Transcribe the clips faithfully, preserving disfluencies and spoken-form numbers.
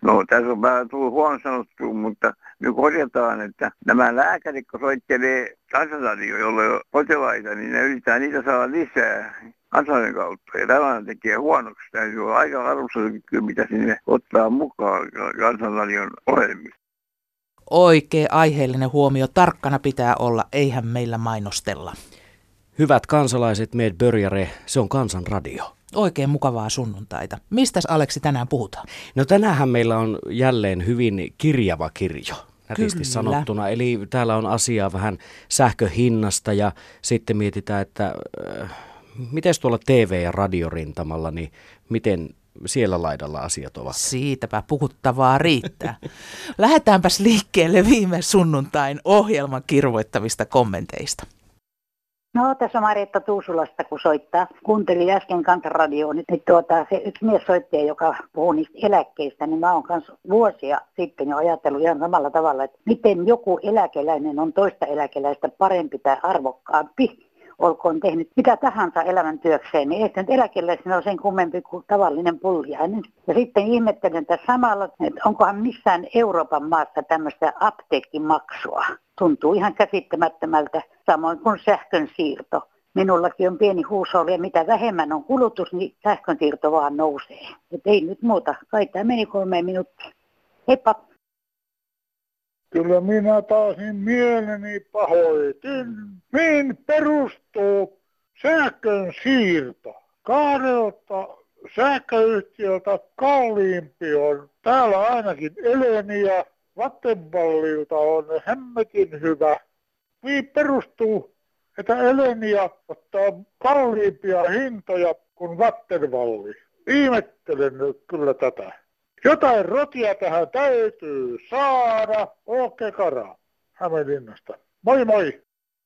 No tässä on vähän tullut huono sanottu, mutta me korjataan, että nämä lääkärit, kun soittelee Kansanradio, jolla on potilaita, niin ne yrittää niitä saada lisää kansallisuuden kautta. Ja tämä tekee huonoksi. Täytyy olla aika arvostuskyky, mitä sinne ottaa mukaan Kansanradion ohjelmista. Oikein aiheellinen huomio. Tarkkana pitää olla, eihän meillä mainostella. Hyvät kansalaiset, meid börjare, se on Kansanradio. Oikein mukavaa sunnuntaita. Mistäs Aleksi tänään puhutaan? No tänäänhän meillä on jälleen hyvin kirjava kirjo, nätisti Kyllä. sanottuna. Eli täällä on asiaa vähän sähköhinnasta ja sitten mietitään, että äh, miten tuolla T V- ja radiorintamalla, niin miten siellä laidalla asiat ovat? Siitäpä puhuttavaa riittää. Lähdetäänpäs liikkeelle viime sunnuntain ohjelman kirvoittavista kommenteista. No tässä on Marjatta Tuusulasta, kun soittaa. Kuuntelin äsken Kansanradioa. Nyt niin tuota, se yksi mies soittaja, joka puhuu niistä eläkkeistä, niin mä oon kanssa vuosia sitten jo ajatellut ihan samalla tavalla, että miten joku eläkeläinen on toista eläkeläistä parempi tai arvokkaampi, olkoon tehnyt mitä tahansa elämäntyökseen, niin ei nyt eläkeläisenä ole sen kummempi kuin tavallinen pulliainen. Ja sitten ihmettelen tässä samalla, että onkohan missään Euroopan maassa tämmöistä apteekkimaksua. Tuntuu ihan käsittämättömältä, samoin kuin sähkön siirto. Minullakin on pieni huusholli ja mitä vähemmän on kulutus, niin sähkön siirto vaan nousee. Et ei nyt muuta. Kai tämä meni kolmeen minuuttia. Heippa! Kyllä minä taasin mieleni pahoitin. Mihin perustuu sähkön siirto? Kahdelta sähköyhtiöltä kalliimpi on täällä ainakin Elenia. Vattenfallilta on hemmetin hyvä. Mihin perustuu, että Elenia ottaa kalliimpia hintoja kuin Vattenfalli? Ihmettelen nyt kyllä tätä. Jotain rotia tähän täytyy saada. Okei, Kara Hämeenlinnasta. Moi moi!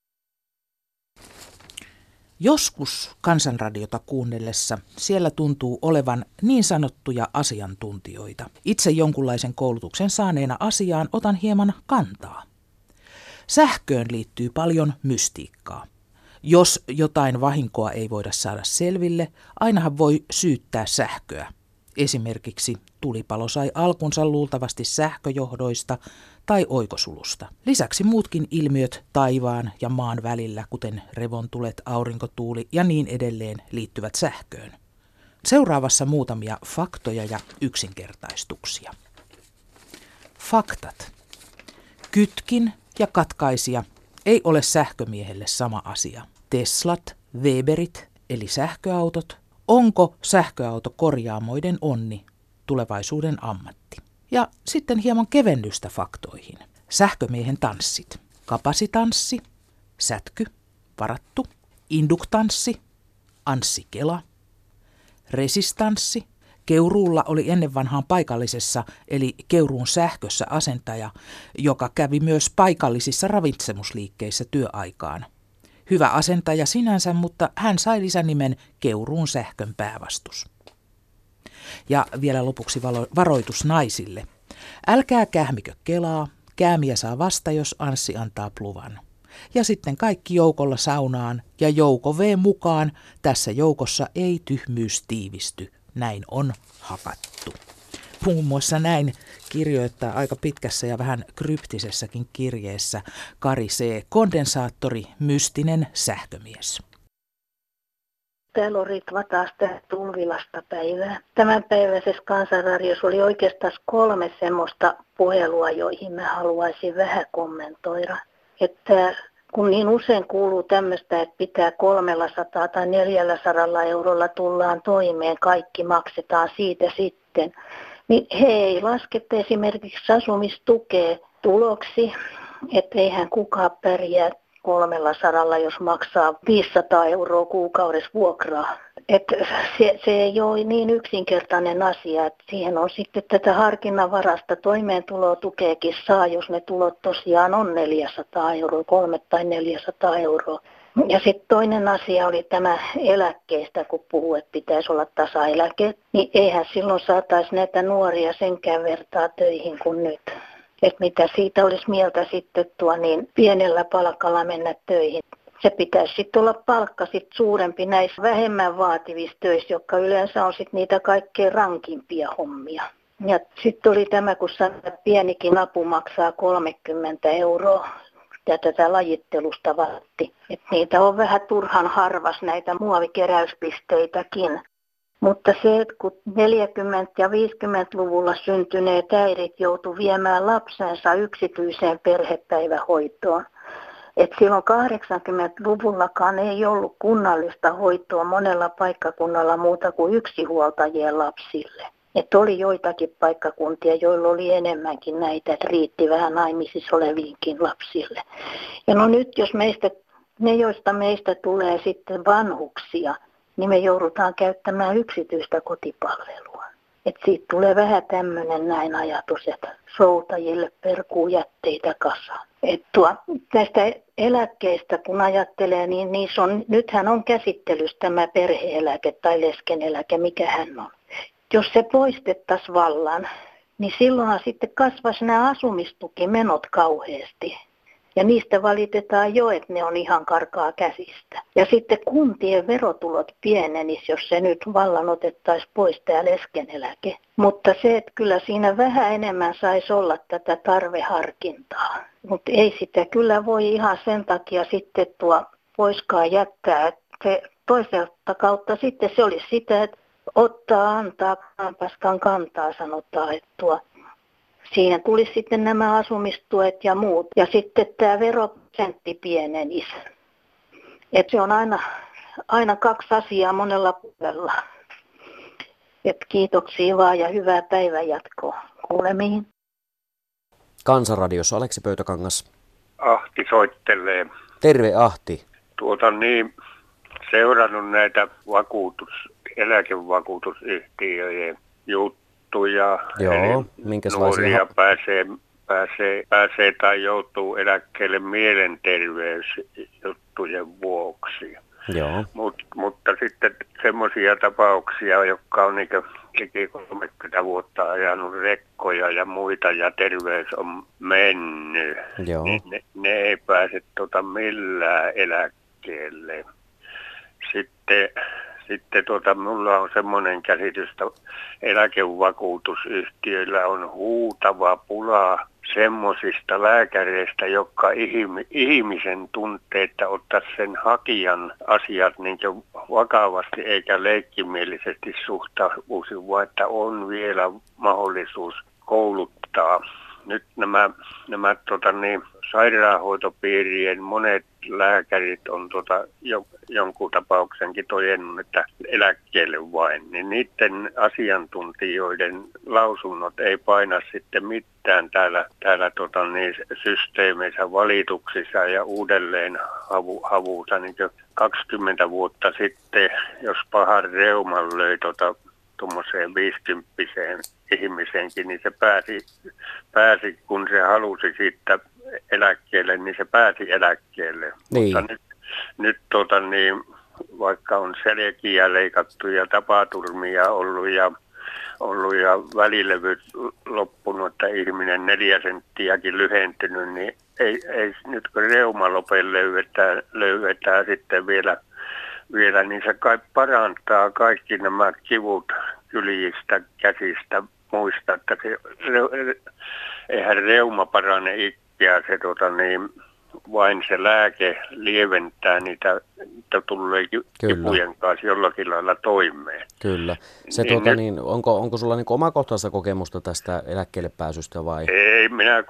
Joskus Kansanradiota kuunnellessa siellä tuntuu olevan niin sanottuja asiantuntijoita. Itse jonkunlaisen koulutuksen saaneena asiaan otan hieman kantaa. Sähköön liittyy paljon mystiikkaa. Jos jotain vahinkoa ei voida saada selville, ainahan voi syyttää sähköä. Esimerkiksi tulipalo sai alkunsa luultavasti sähköjohdoista tai oikosulusta. Lisäksi muutkin ilmiöt taivaan ja maan välillä, kuten revontulet, aurinkotuuli ja niin edelleen, liittyvät sähköön. Seuraavassa muutamia faktoja ja yksinkertaistuksia. Faktat. Kytkin ja katkaisija ei ole sähkömiehelle sama asia. Teslat, Weberit eli sähköautot. Onko sähköauto korjaamoiden onni, tulevaisuuden ammatti? Ja sitten hieman kevennystä faktoihin. Sähkömiehen tanssit. Kapasitanssi, sätky, varattu, induktanssi, Anssi Kela, resistanssi. Keuruulla oli ennen vanhaan paikallisessa eli Keuruun sähkössä asentaja, joka kävi myös paikallisissa ravitsemusliikkeissä työaikaan. Hyvä asentaja sinänsä, mutta hän sai lisänimen Keuruun sähkön päävastus. Ja vielä lopuksi valo- varoitus naisille. Älkää kähmikö Kelaa, käämiä saa vasta, jos Anssi antaa pluvan. Ja sitten kaikki joukolla saunaan ja jouko V mukaan. Tässä joukossa ei tyhmyys tiivisty. Näin on hakattu. Muun muassa näin kirjoittaa aika pitkässä ja vähän kryptisessäkin kirjeessä Kari C. Kondensaattori, mystinen sähkömies. Täällä on Ritva taas tähän Tulvilasta päivää. Tämänpäiväisessä Kansanradiossa oli oikeastaan kolme semmoista puhelua, joihin mä haluaisin vähän kommentoida. Että kun niin usein kuuluu tämmöistä, että pitää kolmellasadalla tai neljälläsadalla eurolla tullaan toimeen, kaikki maksetaan siitä sitten, niin he ei lasketa esimerkiksi asumistukea tuloksi, että eihän kukaan pärjää kolmella sadalla, jos maksaa viisisataa euroa kuukaudessa vuokraa. Että se, se ei ole niin yksinkertainen asia, että siihen on sitten tätä harkinnanvarasta toimeentulotukeakin saa, jos ne tulot tosiaan on neljäsataa euroa, kolme tai neljäsataa euroa. Ja sitten toinen asia oli tämä eläkkeestä, kun puhuu, että pitäisi olla tasaeläke, niin eihän silloin saataisi näitä nuoria senkään vertaa töihin kuin nyt. Että mitä siitä olisi mieltä sitten tuo niin pienellä palkalla mennä töihin. Se pitäisi sitten olla palkka sitten suurempi näissä vähemmän vaativissa töissä, jotka yleensä on sitten niitä kaikkein rankimpia hommia. Ja sitten oli tämä, kun sanoin, että pienikin apu maksaa kolmekymmentä euroa. Ja tätä lajittelusta vaatti. Että niitä on vähän turhan harvas näitä muovikeräyspisteitäkin. Mutta se, että kun neljäkymmentä- ja viisikymmentäluvulla syntyneet äidit joutu viemään lapsensa yksityiseen perhepäivähoitoon. Että silloin kahdeksankymmentäluvullakaan ei ollut kunnallista hoitoa monella paikkakunnalla muuta kuin yksinhuoltajien lapsille. Että oli joitakin paikkakuntia, joilla oli enemmänkin näitä, että riitti vähän naimisissa oleviinkin lapsille. Ja no nyt, jos meistä, ne joista meistä tulee sitten vanhuksia, niin me joudutaan käyttämään yksityistä kotipalvelua. Että siitä tulee vähän tämmöinen näin ajatus, että soutajille perkuu jätteitä kasaan. Että tuo, tästä eläkkeistä kun ajattelee, niin niissä on, nythän on käsittelyssä tämä perhe-eläke tai leskeneläke, mikä hän on. Jos se poistettaisiin vallan, niin silloinhan sitten kasvaisi nämä asumistukimenot kauheasti. Ja niistä valitetaan jo, että ne on ihan karkaa käsistä. Ja sitten kuntien verotulot pienenis, jos se nyt vallan otettaisiin pois tämä leskeneläke. Mutta se, että kyllä siinä vähän enemmän saisi olla tätä tarveharkintaa. Mutta ei sitä kyllä voi ihan sen takia sitten tuo poiskaan jättää. Että se toiselta kautta sitten se olisi sitä, että ottaa, antaa, paskan kantaa sanotaan, että tuo. Siinä tulisi sitten nämä asumistuet ja muut. Ja sitten tämä veroprosentti pienenisi. Että se on aina, aina kaksi asiaa monella puolella. Et kiitoksia vaan ja hyvää päivänjatkoa. Kuulemiin. Kansanradiossa Aleksi Pöytäkangas. Ahti soittelee. Terve Ahti. Tuota niin, seurannut näitä vakuutus, eläkevakuutusyhtiöiden juttuja. Joo, minkälaisia? Nuoria pääsee, pääsee, pääsee tai joutuu eläkkeelle mielenterveysjuttujen vuoksi. Joo. Mut, mutta sitten semmoisia tapauksia, jotka on niin liki kolmekymmentä vuotta ajanut rekkoja ja muita ja terveys on mennyt, Joo. niin ne, ne ei pääse tota millään eläkkeelle. Sitten, sitten tota, mulla on semmoinen käsitys, että eläkevakuutusyhtiöillä on huutava pula semmoisista lääkäreistä, jotka ihmisen tunteita ottaa sen hakijan asiat niin vakavasti eikä leikkimielisesti suhtautuisi, vaan että on vielä mahdollisuus kouluttaa. Nyt nämä, nämä tota niin, sairaanhoitopiirien monet lääkärit on tota, jo, jonkun tapauksenkin todennut, että eläkkeelle vain, niin niiden asiantuntijoiden lausunnot ei paina sitten mitään täällä, täällä tota niin, systeemeissä, valituksissa ja uudelleen havu, havuuta. Niin kaksikymmentä vuotta sitten, jos pahan reuman löi tota, tuommoiseen viisikymppiseen ihmiseenkin, niin se pääsi, pääsi, kun se halusi siitä eläkkeelle, niin se pääsi eläkkeelle. Niin. Mutta nyt, nyt tota niin, vaikka on selkiä leikattu ja tapaturmia ollut ja, ollut ja välilevyt loppunut, että ihminen neljä senttiäkin lyhentynyt, niin ei, ei nyt kun reumalopen löydetään, löydetään sitten vielä vielä, niin se kai parantaa kaikki nämä kivut kyljistä, käsistä, muista, että se, re, eihän reuma parane ikää, se tota niin, vain se lääke lieventää niitä, että tulee kipujen kanssa jollakin lailla toimeen. Kyllä. Se, niin, tuota, nyt, niin, onko, onko sulla niin omakohtaista kokemusta tästä eläkkeelle pääsystä vai? Ei, minä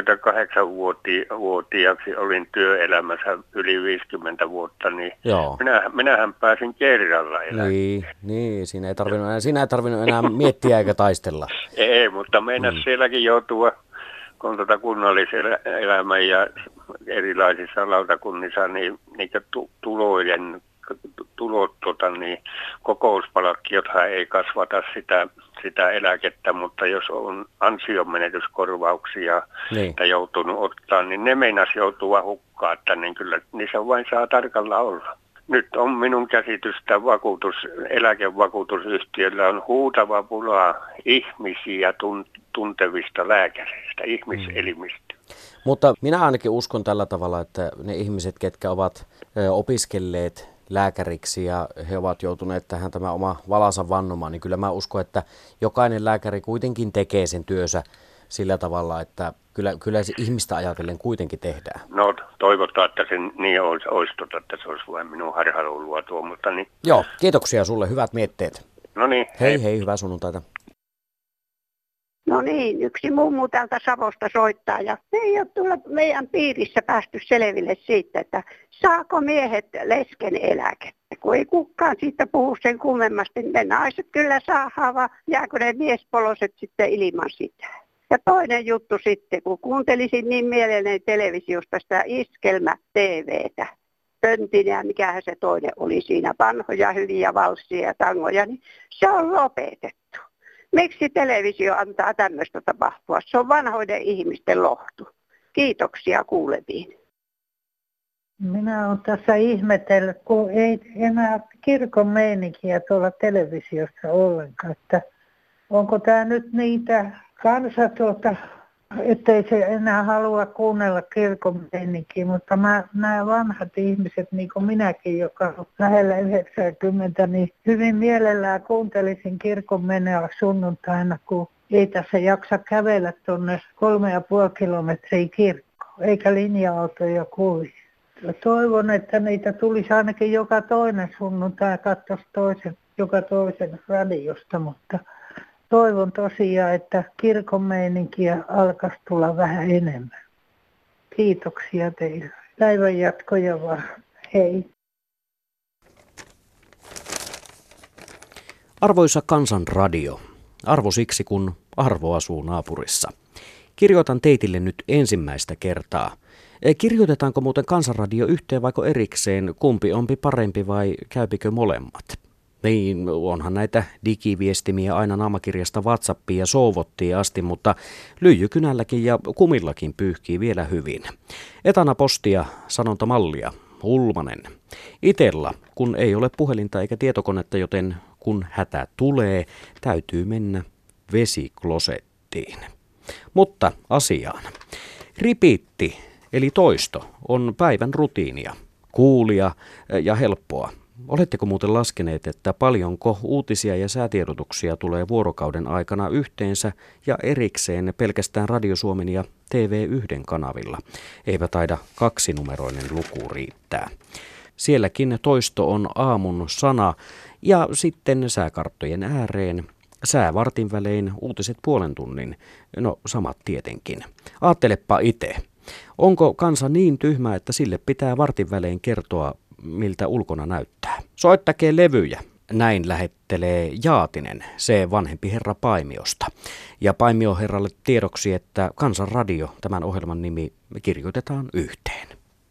kuusikymmentäkahdeksanvuotiaaksi olin työelämässä yli viisikymmentä vuotta, niin minä, minähän pääsin kerralla eläkkeelle. Niin, niin siinä, ei tarvinnut, siinä ei tarvinnut enää miettiä eikä taistella. Ei, mutta meinas mm. sielläkin joutua, kun tuota kunnalliselämän ja erilaisissa lautakunnissa, niin niitä tulojen, tulot, tota, niin kokouspalkkiothan ei kasvata sitä, sitä eläkettä, mutta jos on ansionmenetyskorvauksia niin, että joutunut ottaa, niin ne meinas joutua hukkaa, että niin kyllä niissä vain saa tarkalla olla. Nyt on minun käsitystä vakuutus, eläkevakuutusyhtiöllä on huutava pula ihmisiä tuntevista lääkäreistä, ihmiselimistä. Mm. Mutta minä ainakin uskon tällä tavalla, että ne ihmiset, ketkä ovat ö, opiskelleet lääkäriksi ja he ovat joutuneet tähän tämä oma valansa vannomaan, niin kyllä mä uskon, että jokainen lääkäri kuitenkin tekee sen työnsä sillä tavalla, että kyllä, kyllä se ihmistä ajatellen kuitenkin tehdään. No toivotaan, että se niin olisi, olisi tota, että se olisi vain minun harhaluulua tuo, mutta niin. Joo, kiitoksia sulle, hyvät mietteet. No niin. Hei hei, hei hyvää sunnuntaita. No niin, yksi mummu täältä Savosta soittaa ja me ei ole tuolla meidän piirissä päästy selville siitä, että saako miehet lesken eläkettä. Kun ei kukaan siitä puhu sen kummemmasti, niin ne naiset kyllä saa, vaan jääkö ne miespoloset sitten ilman sitä. Ja toinen juttu sitten, kun kuuntelisin niin mielelläni televisiosta sitä iskelmä-T V:tä, Pöntinen ja mikähän se toinen oli siinä, vanhoja hyviä valssia ja tangoja, niin se on lopetettu. Miksi televisio antaa tämmöistä tapahtua? Se on vanhoiden ihmisten lohtu. Kiitoksia kuuleviin. Minä olen tässä ihmetellyt, kun ei enää kirkon meininkiä tuolla televisiossa ollenkaan. Että onko tämä nyt niitä kansa tuota, ettei se enää halua kuunnella kirkon meininkiä, mutta mä, nämä vanhat ihmiset, niin kuin minäkin, joka on lähellä yhdeksänkymmentä, niin hyvin mielellään kuuntelisin kirkon menoa sunnuntaina, kun ei tässä jaksa kävellä tuonne kolme ja puoli kilometriä kirkkoon, eikä linja-autoja kulje. Toivon, että niitä tulisi ainakin joka toinen sunnuntai ja katsoisi toisen, joka toisen radiosta, mutta toivon tosiaan, että kirkon meininkiä alkaisi tulla vähän enemmän. Kiitoksia teille. Päivän jatkoja vaan. Hei. Arvoisa Kansanradio, arvo siksi kun arvo asuu naapurissa. Kirjoitan teitille nyt ensimmäistä kertaa. Kirjoitetaanko muuten Kansanradio yhteen vaiko erikseen, kumpi onpi parempi vai käypikö molemmat? Niin, onhan näitä digiviestimiä aina naamakirjasta WhatsAppia ja soovottiin asti, mutta lyijykynälläkin ja kumillakin pyyhkii vielä hyvin. Etana postia, sanontamallia, Ulmanen. Itella, kun ei ole puhelinta eikä tietokonetta, joten kun hätä tulee, täytyy mennä vesiklosettiin. Mutta asiaan. Ripiitti, eli toisto, on päivän rutiinia, kuulia ja helppoa. Oletteko muuten laskeneet, että paljonko uutisia ja säätiedotuksia tulee vuorokauden aikana yhteensä ja erikseen pelkästään Radio Suomen ja T V yksi kanavilla? Eipä taida kaksinumeroinen luku riittää. Sielläkin toisto on aamun sana ja sitten sääkarttojen ääreen. Sää vartin välein, uutiset puolen tunnin. No samat tietenkin. Aattelepa itse. Onko kansa niin tyhmä, että sille pitää vartin välein kertoa, miltä ulkona näyttää? Soittakee levyjä. Näin lähettelee Jaatinen, se vanhempi herra Paimiosta. Ja Paimioherralle tiedoksi, että Kansanradio, tämän ohjelman nimi, kirjoitetaan yhteen.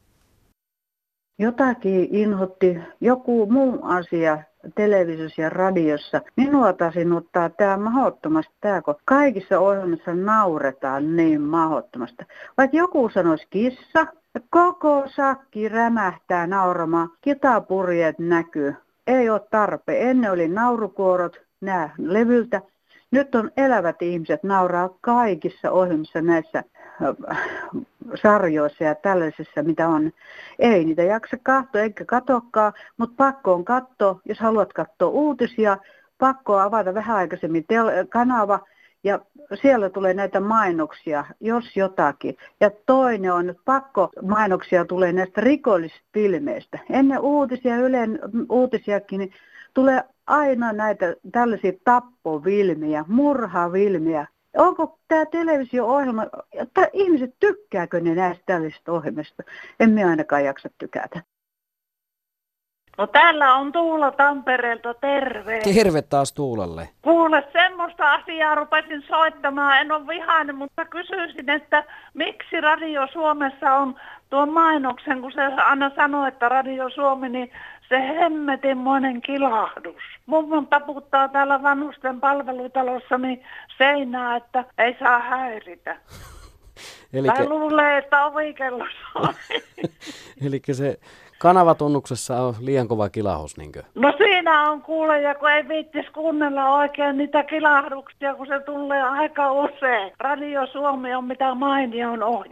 Jotakin inhotti joku muu asia televisiossa ja radiossa. Minua taas inhottaa tämä mahdottomasti, tämä, kun kaikissa ohjelmissa nauretaan niin mahdottomasti. Vaikka joku sanoisi kissa, koko sakki rämähtää nauramaan, kitapurjeet näkyy. Ei ole tarpeen. Ennen oli naurukuorot, nämä levyltä. Nyt on elävät ihmiset, nauraa kaikissa ohjelmissa näissä sarjoissa ja tällaisissa, mitä on. Ei niitä jaksa katsoa, eikä katsokaan, mutta pakko on katsoa. Jos haluat katsoa uutisia, pakko on avata vähän aikaisemmin tel- kanava ja siellä tulee näitä mainoksia, jos jotakin. Ja toinen on, että pakko mainoksia tulee näistä rikollisista filmeistä. Ennen uutisia, Ylen uutisiakin, niin tulee aina näitä tällaisia tappovilmiä, murhavilmiä. Onko tämä televisio-ohjelma, että ihmiset tykkääkö ne näistä tällaisista ohjelmista? En minä ainakaan jaksa tykätä. No täällä on Tuula Tampereelta, terve. Terve taas Tuulalle. Kuule, semmoista asiaa rupesin soittamaan, en ole vihainen, mutta kysyisin, että miksi Radio Suomessa on tuon mainoksen, kun se aina sanoo, että Radio Suomi, niin se hemmetinmoinen kilahdus. Mummon taputtaa täällä vanhusten palvelutalossa niin seinää, että ei saa häiritä. Elikkä... Tai luulee, että ovikello soi. Elikkä se kanavatunnuksessa on liian kova kilahus, niinkö? No siinä on kuule, ja kun ei viittis kuunnella oikein niitä kilahduksia, kun se tulee aika usein. Radio Suomi on mitä mainion ohjelma.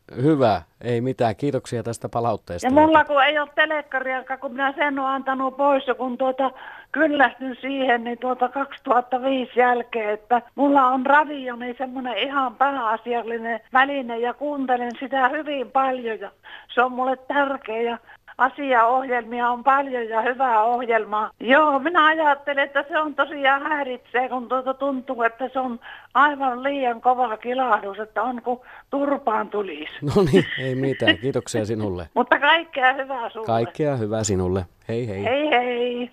Hyvä, ei mitään. Kiitoksia tästä palautteesta. Ja mulla kun ei ole telekkariakaan, kun minä sen olen antanut pois, ja kun tuota kyllästyn siihen, niin tuota kaksituhattaviisi jälkeen, että mulla on radio, niin semmoinen ihan pääasiallinen väline, ja kuuntelen sitä hyvin paljon, ja se on mulle tärkeä, ja asiaohjelmia on paljon ja hyvää ohjelmaa. Joo, minä ajattelen, että se on tosiaan häiritsee, kun tuota tuntuu, että se on aivan liian kova kilahdus, että on kuin turpaan tulisi. No niin, ei mitään. Kiitoksia sinulle. Mutta kaikkea hyvää sinulle. Kaikkea hyvää sinulle. Hei hei. Hei hei.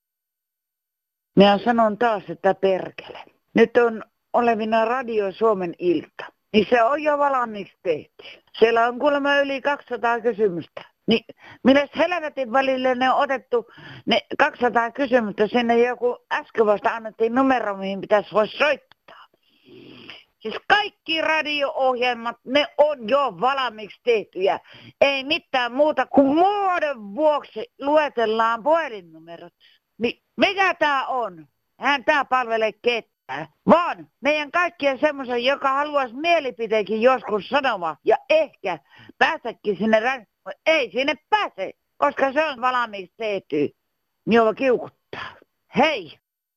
Minä sanon taas, että perkele. Nyt on olevina Radio Suomen ilta. Niin se on jo valmiiksi tehty. Siellä on kuulemma yli kaksisataa kysymystä. Niin milles helvetin välille ne on otettu ne kaksisataa kysymystä sinne joku äsken vasta annettiin numero, mihin pitäisi voi soittaa. Siis kaikki radio-ohjelmat, ne on jo valmiiksi tehtyjä. Ei mitään muuta kuin muodon vuoksi luetellaan puhelinnumerot. Niin mikä tää on? Eihän tää palvele ketään. Vaan meidän kaikkien semmoisen, joka haluaisi mielipiteenkin joskus sanomaan ja ehkä päästäkin sinne rä... Ei sinne pääse, koska se on valmiiksi tehty. Minua kiukuttaa. Hei!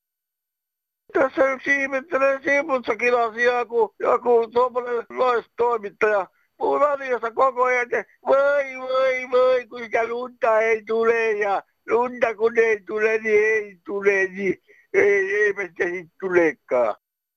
Tässä yksi ihmettelee Siipussakin asiaa, kun joku tuommoinen loistoimittaja puhuu radiosta koko ajan, että voi voi voi, kuinka lunta ei tule ja lunta kun ei tule, niin ei tule, niin ei, eipä sitä sitten tulekaan.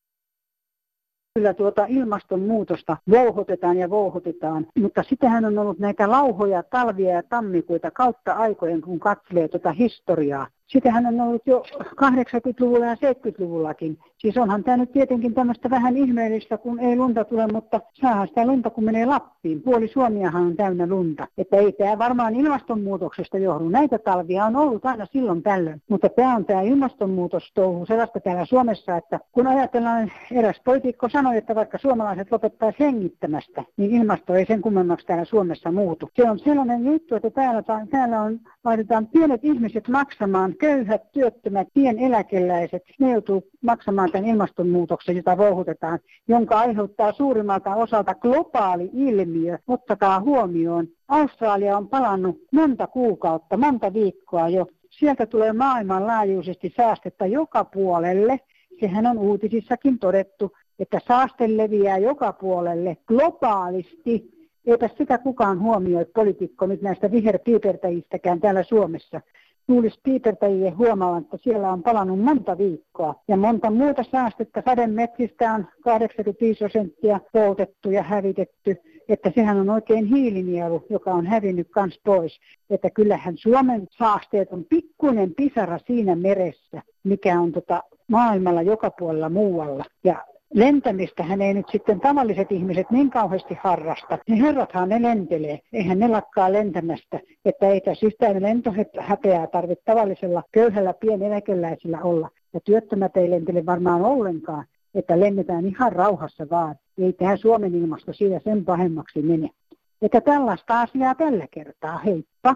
Kyllä tuota ilmastonmuutosta vouhotetaan ja vouhotetaan, mutta sitähän on ollut näitä lauhoja, talvia ja tammikuita kautta aikojen, kun katselee tuota historiaa. Sitähän on ollut jo kahdeksankymmentäluvulla ja seitsemänkymmentäluvullakin. Siis onhan tämä nyt tietenkin tämmöistä vähän ihmeellistä, kun ei lunta tule, mutta saahan sitä lunta, kun menee Lappiin. Puoli Suomiahan on täynnä lunta. Että ei tämä varmaan ilmastonmuutoksesta johdu. Näitä talvia on ollut aina silloin tällöin. Mutta tämä on tämä ilmastonmuutostouhu sellaista täällä Suomessa, että kun ajatellaan, eräs poliitikko sanoi, että vaikka suomalaiset lopettaisi hengittämästä, niin ilmasto ei sen kummemmaksi täällä Suomessa muutu. Se on sellainen juttu, että täällä, täällä on, laitetaan pienet ihmiset maksamaan, köyhät, työttömät, pieneläkeläiset, ne joutuu maksamaan tämän ilmastonmuutoksen, jota vouhutetaan, jonka aiheuttaa suurimmalta osalta globaali ilmiö. Ottakaa huomioon. Australia on palannut monta kuukautta, monta viikkoa jo. Sieltä tulee maailmanlaajuisesti saastetta joka puolelle. Sehän on uutisissakin todettu, että saaste leviää joka puolelle globaalisti. Eipä sitä kukaan huomioi, poliitikko, nyt näistä viherpiipertäjistäkään täällä Suomessa. Luulisi piipertäjien huomaavan, että siellä on palannut monta viikkoa. Ja monta muuta saastetta sademetsistä on kahdeksankymmentäviisi prosenttia poltettu ja hävitetty. Että sehän on oikein hiilinielu, joka on hävinnyt kans pois. Että kyllähän Suomen saasteet on pikkuinen pisara siinä meressä, mikä on tota maailmalla joka puolella muualla. Ja lentämistähän ei nyt sitten tavalliset ihmiset niin kauheasti harrasta. Ne herrathan ne lentelee, eihän ne lakkaa lentämästä. Että ei tässä yhtään lentohäpeää tarvitse tavallisella köyhällä pieneläkeläisillä olla. Ja työttömät ei lentele varmaan ollenkaan, että lennetään ihan rauhassa vaan. Ei tähän Suomen ilmasto siitä sen pahemmaksi mene. Että tällaista asiaa tällä kertaa. Heippa!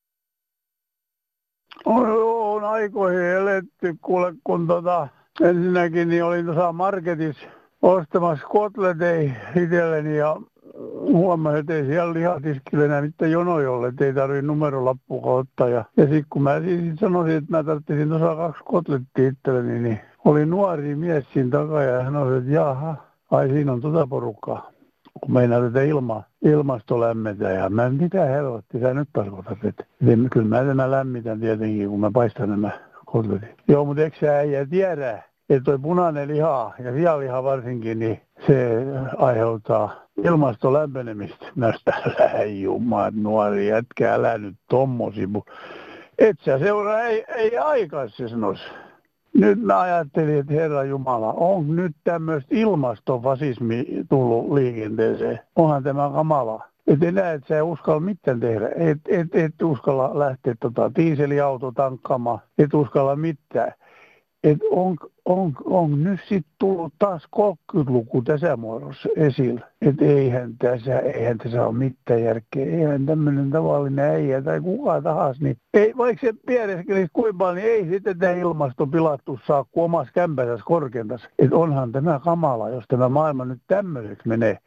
On, on aikoihin eletty, kuule, kun tota, ensinnäkin niin olin tuossa marketissa ostamassa kotleteja itselleni ja huomasin, että ei siellä lihatiskille enää mitään jonoja, että ei tarvitse numerolappua ottaa. Ja, ja sitten kun mä siis sanoisin, että mä tarvitsin tuossa kaksi kotlettia itselleni, niin oli nuori mies siinä takaa ja hän sanoi, että jaha, ai siinä on tota porukkaa, kun meinaa tätä ilmaa, ilmasto lämmetä. Ja mä en mitä helvetti sä nyt tarkoitat, että kyllä mä tämä lämmitän tietenkin, kun mä paistan nämä kotletit. Joo, mutta eikö sä äijä tiedä, että toi punainen liha ja sianliha varsinkin, niin se aiheuttaa ilmaston lämpenemistä. Näistä lähijumaat, nuori jätkä, älä nyt tommosi. Et sä seuraa, ei, ei aikaisin sanoisi. Nyt mä ajattelin, että Herra Jumala, on nyt tämmöistä ilmastofasismi tullut liikenteeseen. Onhan tämä kamala. Et enää et sä uskalla mitään tehdä. Et, et, et uskalla lähteä tota, dieseliauto tankkaamaan. Et uskalla mitään. Et on, on, on nyt sitten tullut taas kolmekymmentäluku tässä muodossa esillä. Että eihän tässä, eihän tässä ole mitään järkeä. Eihän tämmöinen tavallinen äijä tai kuka tahansa. Niin ei, vaikka se piereskelisi kuinka paljon, niin ei sitten tämä ilmasto pilattu saa kuin omassa kämpäsässä korkeintaan. Että onhan tämä kamala, jos tämä maailma nyt tämmöiseksi menee.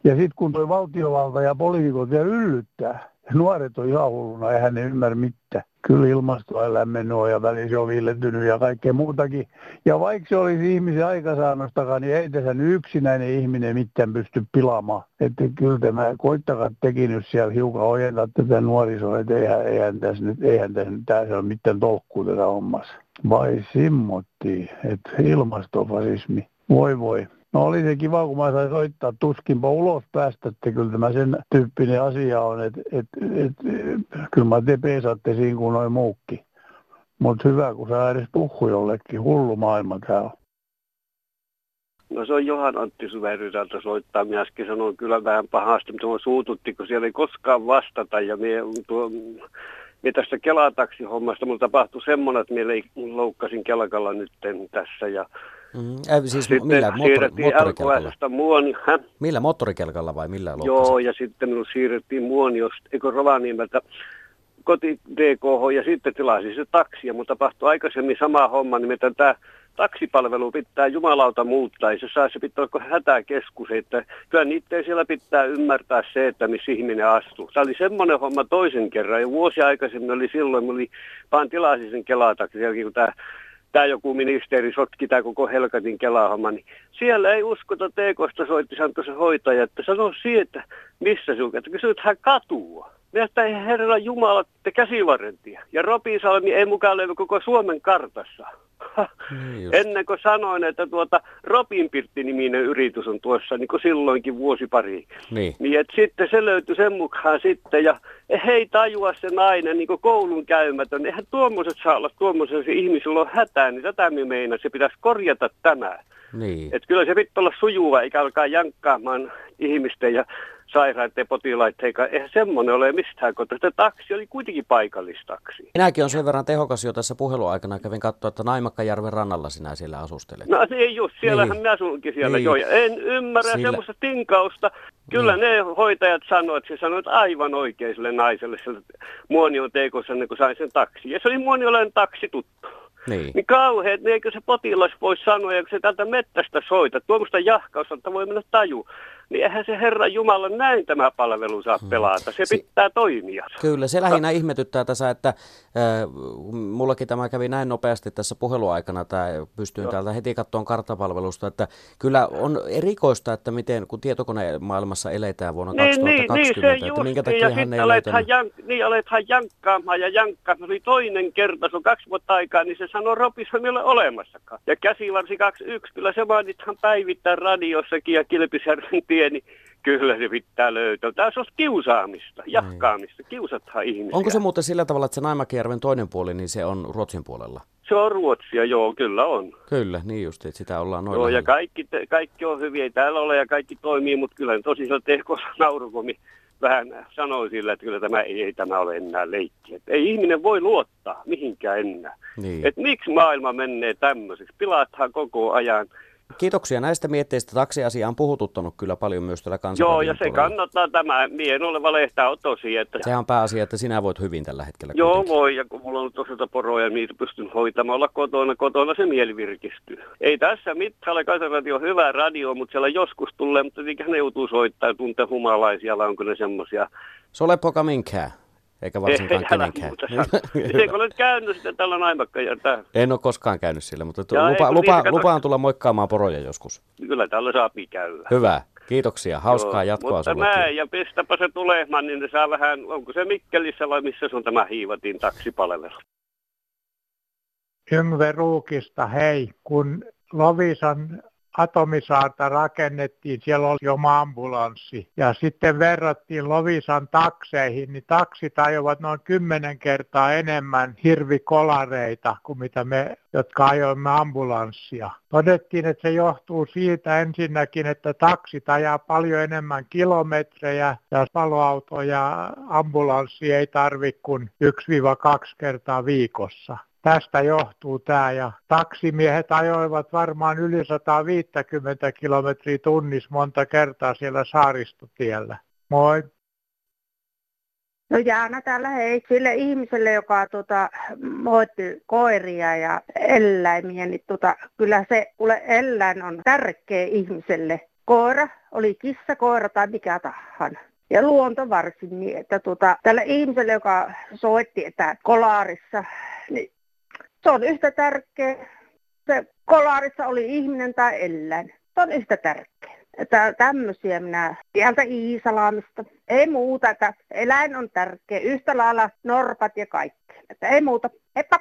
Ja sitten kun tuo valtiovalta ja poliitikot vielä yllyttää, ja nuoret on ihan hulluna, eihän ne ymmärrä mitään. Kyllä ilmasto on lämmennyt ja välissä on viilentynyt ja kaikkea muutakin. Ja vaikka se olisi ihmisen aikasaannostakaan, niin ei tässä nyt yksinäinen ihminen mitään pysty pilaamaan. Että kyllä tämä, koittakaa tekin nyt siellä hiukan ojentaa tätä nuorisoa, että eihän, eihän tässä nyt, eihän tässä nyt tässä ole mitään tolkkua tässä hommassa. Vai simmottiin, että ilmastofasismi, voi voi. No oli se kiva, kun mä sain soittaa tuskinpa ulos päästä, että kyllä tämä sen tyyppinen asia on, että et, et, kyllä mä te peesatte siinä kuin noin muukki. Mutta hyvä, kun sä edes puhu jollekin, hullu maailma tää on. No se on Johan Antti Syväryrältä soittaa. Minä äsken sanoin kyllä vähän pahasti, mutta minua suututti, kun siellä ei koskaan vastata. Ja minä, tuo, minä tästä Kelataksihommasta, minulla tapahtui semmoinen, että minä loukkasin kelkalla nyt tässä ja Mm, äh, siis sitten millä moottorikelkalla? Muoni, millä moottorikelkalla vai millä loukkasin? Joo, ja sitten minun siirrettiin Muoniosta, eikö Rovaniemeltä koti D K H, ja sitten tilasin se taksi, ja mun tapahtui aikaisemmin sama homma, nimittäin tämä taksipalvelu pitää jumalauta muuttaa, ja se saa se pitää olla hätäkeskus, että kyllä niitä ei siellä pitää ymmärtää se, että missä ihminen astuu. Tämä oli semmoinen homma toisen kerran, ja vuosi aikaisemmin oli silloin, minä vaan tilasin sen Kelataksi, kun tämä Tämä joku ministeri sotki tämä koko helkatin Kela-homma, niin siellä ei uskota T K:sta soitti, sanoi se hoitaja, että sano siihen, että missä sinun, että kysytään katua. Mielestäni ei herra Jumala te käsivarrentia. Ja Ropisalmi ei mukaan löydy koko Suomen kartassa. Niin ennen kuin sanoin, että tuota Ropinpirtti-niminen yritys on tuossa, niin kuin silloinkin vuosi pari. Niin. Niin että sitten se löytyi sen mukaan sitten, ja hei tajua se nainen, niin kuin koulun käymätön. Eihän tuommoiset saa olla tuommoiset, ihmisillä on hätää, niin tätä minä meinaan, se pitäisi korjata tämä. Niin. Että kyllä se pitää olla sujuva, eikä alkaa jankkaamaan ihmisten ja sairaiden potilaiden, eikä eihän semmoinen ole mistään, kun tämä taksi oli kuitenkin paikallistaksi. Minäkin on sen verran tehokas jo tässä puheluaikana, kävin katsoa, että Naimakkajärven rannalla sinä siellä asustelet. No ei just, siellähän niin. Minä asunkin siellä niin. Jo, ja en ymmärrä Sillä... semmoista tinkausta. Kyllä niin. Ne hoitajat sanoivat, että se sanoit aivan oikein sille naiselle, sille Muonion teikossa, ennen kuin sain sen taksi. Ja se oli muoniolainen taksi tuttu. Niin. Niin kauheat, niin eikö se potilas voi sanoa, kun se täältä mettästä soita, tuommoista jahkausta, että voi mennä taju. Niin eihän se Herran Jumala näin tämä palvelu saa pelata. Se si- pitää toimia. Kyllä, se lähinnä ihmetyttää tässä, että äh, mullakin tämä kävi näin nopeasti tässä puheluaikana, että pystyin täältä heti katsomaan karttapalvelusta, että kyllä on erikoista, että miten, kun tietokonemaailmassa eletään vuonna niin, kaksituhattakaksikymmentä, niin, niin, että minkä ja takia hän ei löytänyt. Jank- niin, alethan jankkaamaan ja jankkaamaan. Se oli toinen kerta, se on kaksi vuotta aikaa, niin se sanoi Ropissa ei ole olemassakaan. Ja Käsivarsi kaksikymmentäyksi, kyllä se mainithan päivittää radiossakin ja Kilpisjärven tie, niin kyllä se pitää löytää. Tässä on kiusaamista, jahkaamista, kiusathan ihmisiä. Onko se muuten sillä tavalla, että se Naimakkajärven toinen puoli, niin se on Ruotsin puolella? Se on Ruotsia, joo, kyllä on. Kyllä, niin just, että sitä ollaan noin. Joo, ja kaikki, kaikki on hyviä, ei täällä ole ja kaikki toimii, mutta kyllä tosiaan tehkossa naurukomi vähän sanoi sillä, että kyllä tämä ei, ei tämä ole enää leikki. Että ei ihminen voi luottaa mihinkään enää. Niin. Että miksi maailma menee tämmöiseksi? Pilaathan koko ajan. Kiitoksia näistä mietteistä. Taksiasia on puhututtanut kyllä paljon myös tällä Kansanradion Joo, ja se puolella. Kannattaa tämä. Mie en ole valehtaa otosi. Että... Sehän on pääasia, että sinä voit hyvin tällä hetkellä. Joo, kuitenkin. Voi. Ja kun mulla on tosiaan poroja, niin niitä pystyn hoitamaan. Olla kotona, kotona se mieli virkistyy. Ei tässä mitään. Kansanradio on hyvä radio, mutta siellä joskus tulee, mutta tietenkin ne joutuu soittaa ja tuntee humalaisia, onko ne semmoisia. Se ole poka minkään. Eikä varsinkaan ei, kenenkään. Eikö olet käynyt sitten tällä Naimakkajärvellä? En ole koskaan käynyt sillä, mutta tu- lupa, lupa, niitä, lupaan tulla moikkaamaan poroja joskus. Kyllä täällä saapii käydä. Hyvä, kiitoksia. Hauskaa Joo, jatkoa mutta sullekin. Mutta ja pistäpä se tulemaan, niin ne saa vähän, onko se Mikkelissä vai missä se on tämä Hiivatin taksipalvelu? Yngve Ruukista, hei. Kun Loviisan atomisaarta rakennettiin, siellä oli jo ambulanssi. Ja sitten verrattiin Loviisan takseihin, niin taksit ajoivat noin kymmenen kertaa enemmän hirvikolareita kuin mitä me, jotka ajoimme ambulanssia. Todettiin, että se johtuu siitä ensinnäkin, että taksit ajaa paljon enemmän kilometrejä ja paloauto ja ambulanssi ei tarvitse kuin yksi kaksi kertaa viikossa. Tästä johtuu tämä ja taksimiehet ajoivat varmaan yli sata viisikymmentä kilometriä tunnissa monta kertaa siellä saaristotiellä. Moi. No Jaana täällä hei sille ihmiselle, joka tuota, hoiti koiria ja eläimiä, niin tuota, kyllä se kuule eläin on tärkeä ihmiselle. koira, oli kissa, koira tai mikä tahansa. Ja luonto varsin niin, että tuota, tällä ihmisellä, joka soitti, että kolaarissa, niin se on yhtä tärkeä. Se kolaarissa oli ihminen tai eläin. Se on yhtä tärkeä. Että tämmöisiä minä sieltä Iisalamista. Ei muuta, että eläin on tärkeä. Yhtä lailla norpat ja kaikki. Että ei muuta. Heippa!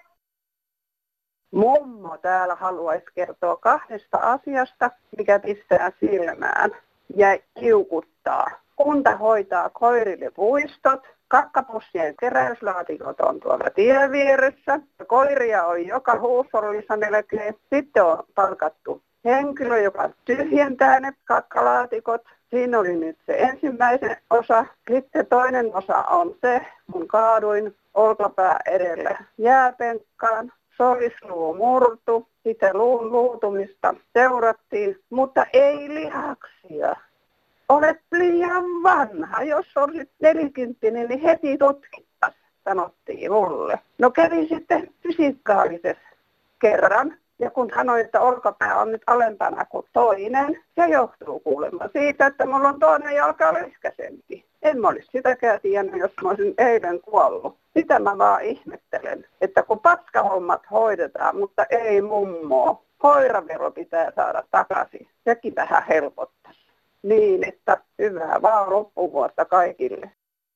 Mummo täällä haluaisi kertoa kahdesta asiasta, mikä pistää silmään ja kiukuttaa. Kunta hoitaa koirille puistot, kakkapussien keräyslaatikot on tuolla tien vieressä. Koiria on joka huushollissa melkein. Sitten on palkattu henkilö, joka tyhjentää ne kakkalaatikot. Siinä oli nyt se ensimmäisen osa. Sitten toinen osa on se, kun kaaduin olkapää edellä jääpenkkaan. Solisluu murtu, sitä luun luutumista seurattiin, mutta ei lihaksia. Olet liian vanha, jos olet nelikymppinen, niin heti tutkittaisi, sanottiin mulle. No kävi sitten fysikaalisesti kerran, ja kun sanoin, että olkapää on nyt alempana kuin toinen, se johtuu kuulemma siitä, että mulla on toinen jalka lyhkäisempi. En mä olisi sitäkään tiennyt, jos mä olisin eilen kuollut. Sitä mä vaan ihmettelen, että kun paskahommat hoidetaan, mutta ei mummoa. Koiravero pitää saada takaisin. Sekin vähän helpottaisi. Niin, että hyvää vaan loppuvuotta kaikille.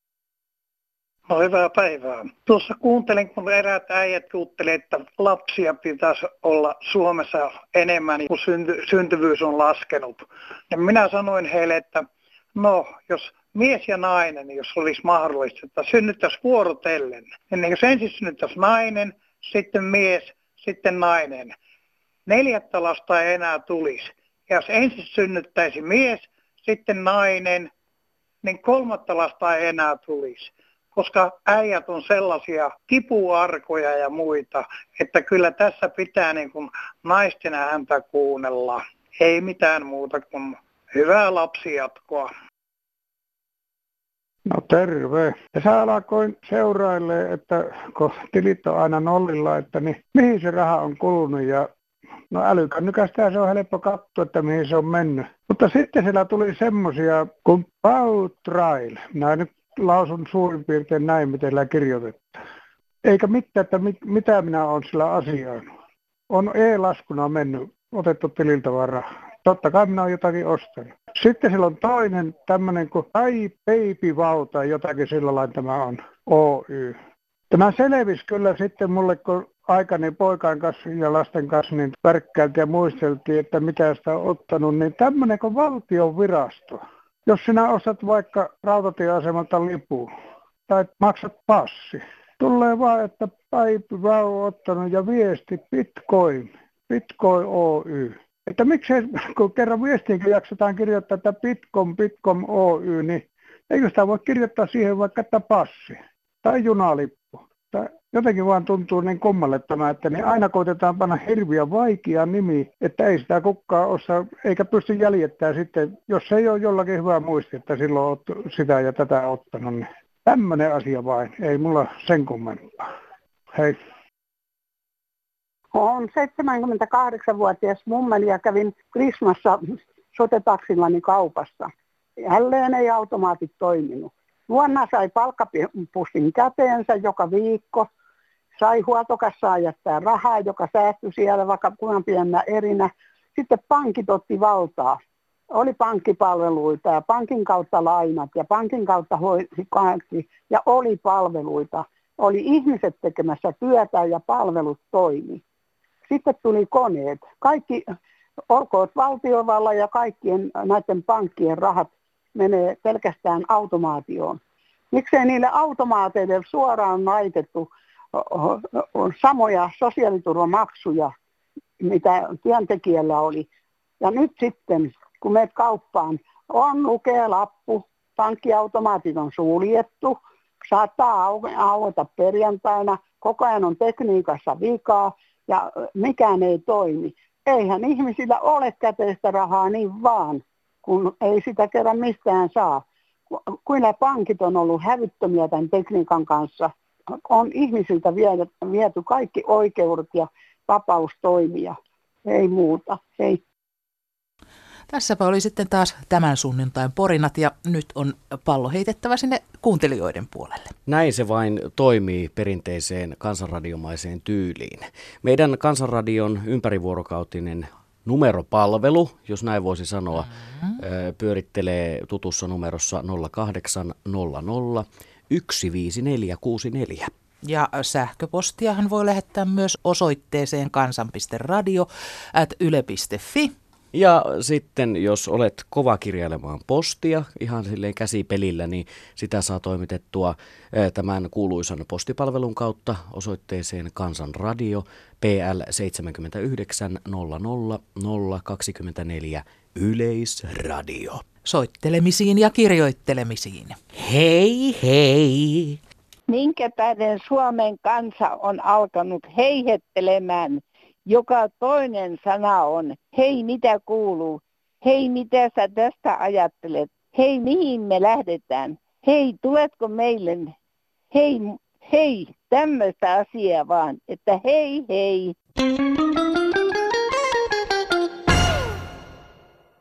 No hyvää päivää. Tuossa kuuntelin, kun eräät äijät juttelevat, että lapsia pitäisi olla Suomessa enemmän, kun synty, syntyvyys on laskenut. Ja minä sanoin heille, että no, jos mies ja nainen, jos olisi mahdollista, että synnyttäisi vuorotellen. Ennen kuin ensin synnyttäisi nainen, sitten mies, sitten nainen. Neljättä lasta ei enää tulisi. Ja jos ensin synnyttäisi mies, sitten nainen, niin kolmatta lasta ei enää tulisi. Koska äijät on sellaisia kipuarkoja ja muita, että kyllä tässä pitää niin kuin naisten ääntä kuunnella. Ei mitään muuta kuin hyvää lapsijatkoa. No terve. Ja sä alkoin seurailee, että kun tilit on aina nollilla, että niin mihin se raha on kulunut ja no älykännykästä se on helppo katsoa, että mihin se on mennyt. Mutta sitten siellä tuli semmosia kuin Pau Trail. Minä nyt lausun suurin piirtein näin, miten sillä kirjoitetaan. Eikä mitään, että mit, mitä minä olen sillä asioinut. On e-laskuna mennyt, otettu tililtä vaan rahaa. Totta kai minä olen jotakin ostanut. Sitten sillä on toinen tämmöinen kuin Ai Baby Vauta, jotakin sillä lailla tämä on, Oy. Tämä selvisi kyllä sitten mulle, kun aikani poikain kanssa ja lasten kanssa niin värkkäiltiin ja muisteltiin, että mitä sitä on ottanut, niin tämmöinen kuin valtion virasto. Jos sinä ostat vaikka rautatieasemalta lipun tai maksat passi, tulee vaan, että Baby Vau on ottanut ja viesti Bitcoin, Bitcoin Oy. Että miksei, kun kerran viestiinkin jaksetaan kirjoittaa, että Bitcoin, Bitcoin Oy, niin eikö sitä voi kirjoittaa siihen vaikka että passi tai junalippu. Tai jotenkin vaan tuntuu niin kummalle tämä, että niin aina koitetaan panna hirviä vaikea nimi, että ei sitä kukaan osaa, eikä pysty jäljittämään sitten, jos ei ole jollakin hyvä muisti, että silloin olet sitä ja tätä ottanut. Niin tämmöinen asia vain, ei mulla sen kummempaa. Hei. Olen seitsemänkymmentäkahdeksanvuotias mummeli ja kävin Krismassa sotetaksillani kaupassa. Jälleen ei automaatit toiminut. Vuonna sai palkkapussin käteensä joka viikko. Sai huoltokassaan jättää rahaa, joka säästyi siellä vaikka kuinka pienenä erinä. Sitten pankit otti valtaa. Oli pankkipalveluita ja pankin kautta lainat ja pankin kautta hoiti kaikki. Ja oli palveluita. Oli ihmiset tekemässä työtä ja palvelut toimi. Sitten tuli koneet. Kaikki, olkoon valtiovalla ja kaikkien näiden pankkien rahat menee pelkästään automaatioon. Miksei niille automaateille suoraan laitettu samoja sosiaaliturvamaksuja, mitä työntekijällä oli. Ja nyt sitten, kun menet kauppaan, on lukee lappu, pankkiautomaatit on suljettu, saattaa aueta perjantaina, koko ajan on tekniikassa vikaa ja mikään ei toimi. Eihän ihmisillä ole käteistä rahaa niin vaan, kun ei sitä kerran mistään saa. Kyllä pankit on ollut hävyttömiä tämän tekniikan kanssa. On ihmisiltä viety, viety kaikki oikeudet ja vapaus toimia. Ei muuta. Ei. Tässäpä oli sitten taas tämän sunnuntain porinat ja nyt on pallo heitettävä sinne kuuntelijoiden puolelle. Näin se vain toimii perinteiseen kansanradiomaiseen tyyliin. Meidän Kansanradion ympärivuorokautinen numeropalvelu, jos näin voisi sanoa, mm-hmm. pyörittelee tutussa numerossa nolla kahdeksan nolla nolla yksi viisi neljä kuusi neljä. Ja sähköpostiahan voi lähettää myös osoitteeseen kansan piste radio ät yle piste fi. Ja sitten jos olet kova kirjailemaan postia ihan silleen käsipelillä, niin sitä saa toimitettua tämän kuuluisan postipalvelun kautta osoitteeseen Kansanradio P L seitsemänkymmentäyhdeksän nolla nolla nolla kaksikymmentäneljä Yleisradio. Soittelemisiin ja kirjoittelemisiin. Hei hei! Minkä tähden Suomen kansa on alkanut heihettelemään? Joka toinen sana on, hei mitä kuuluu, hei mitä sä tästä ajattelet, hei mihin me lähdetään, hei tuletko meille, hei, hei tämmöistä asiaa vaan, että hei hei.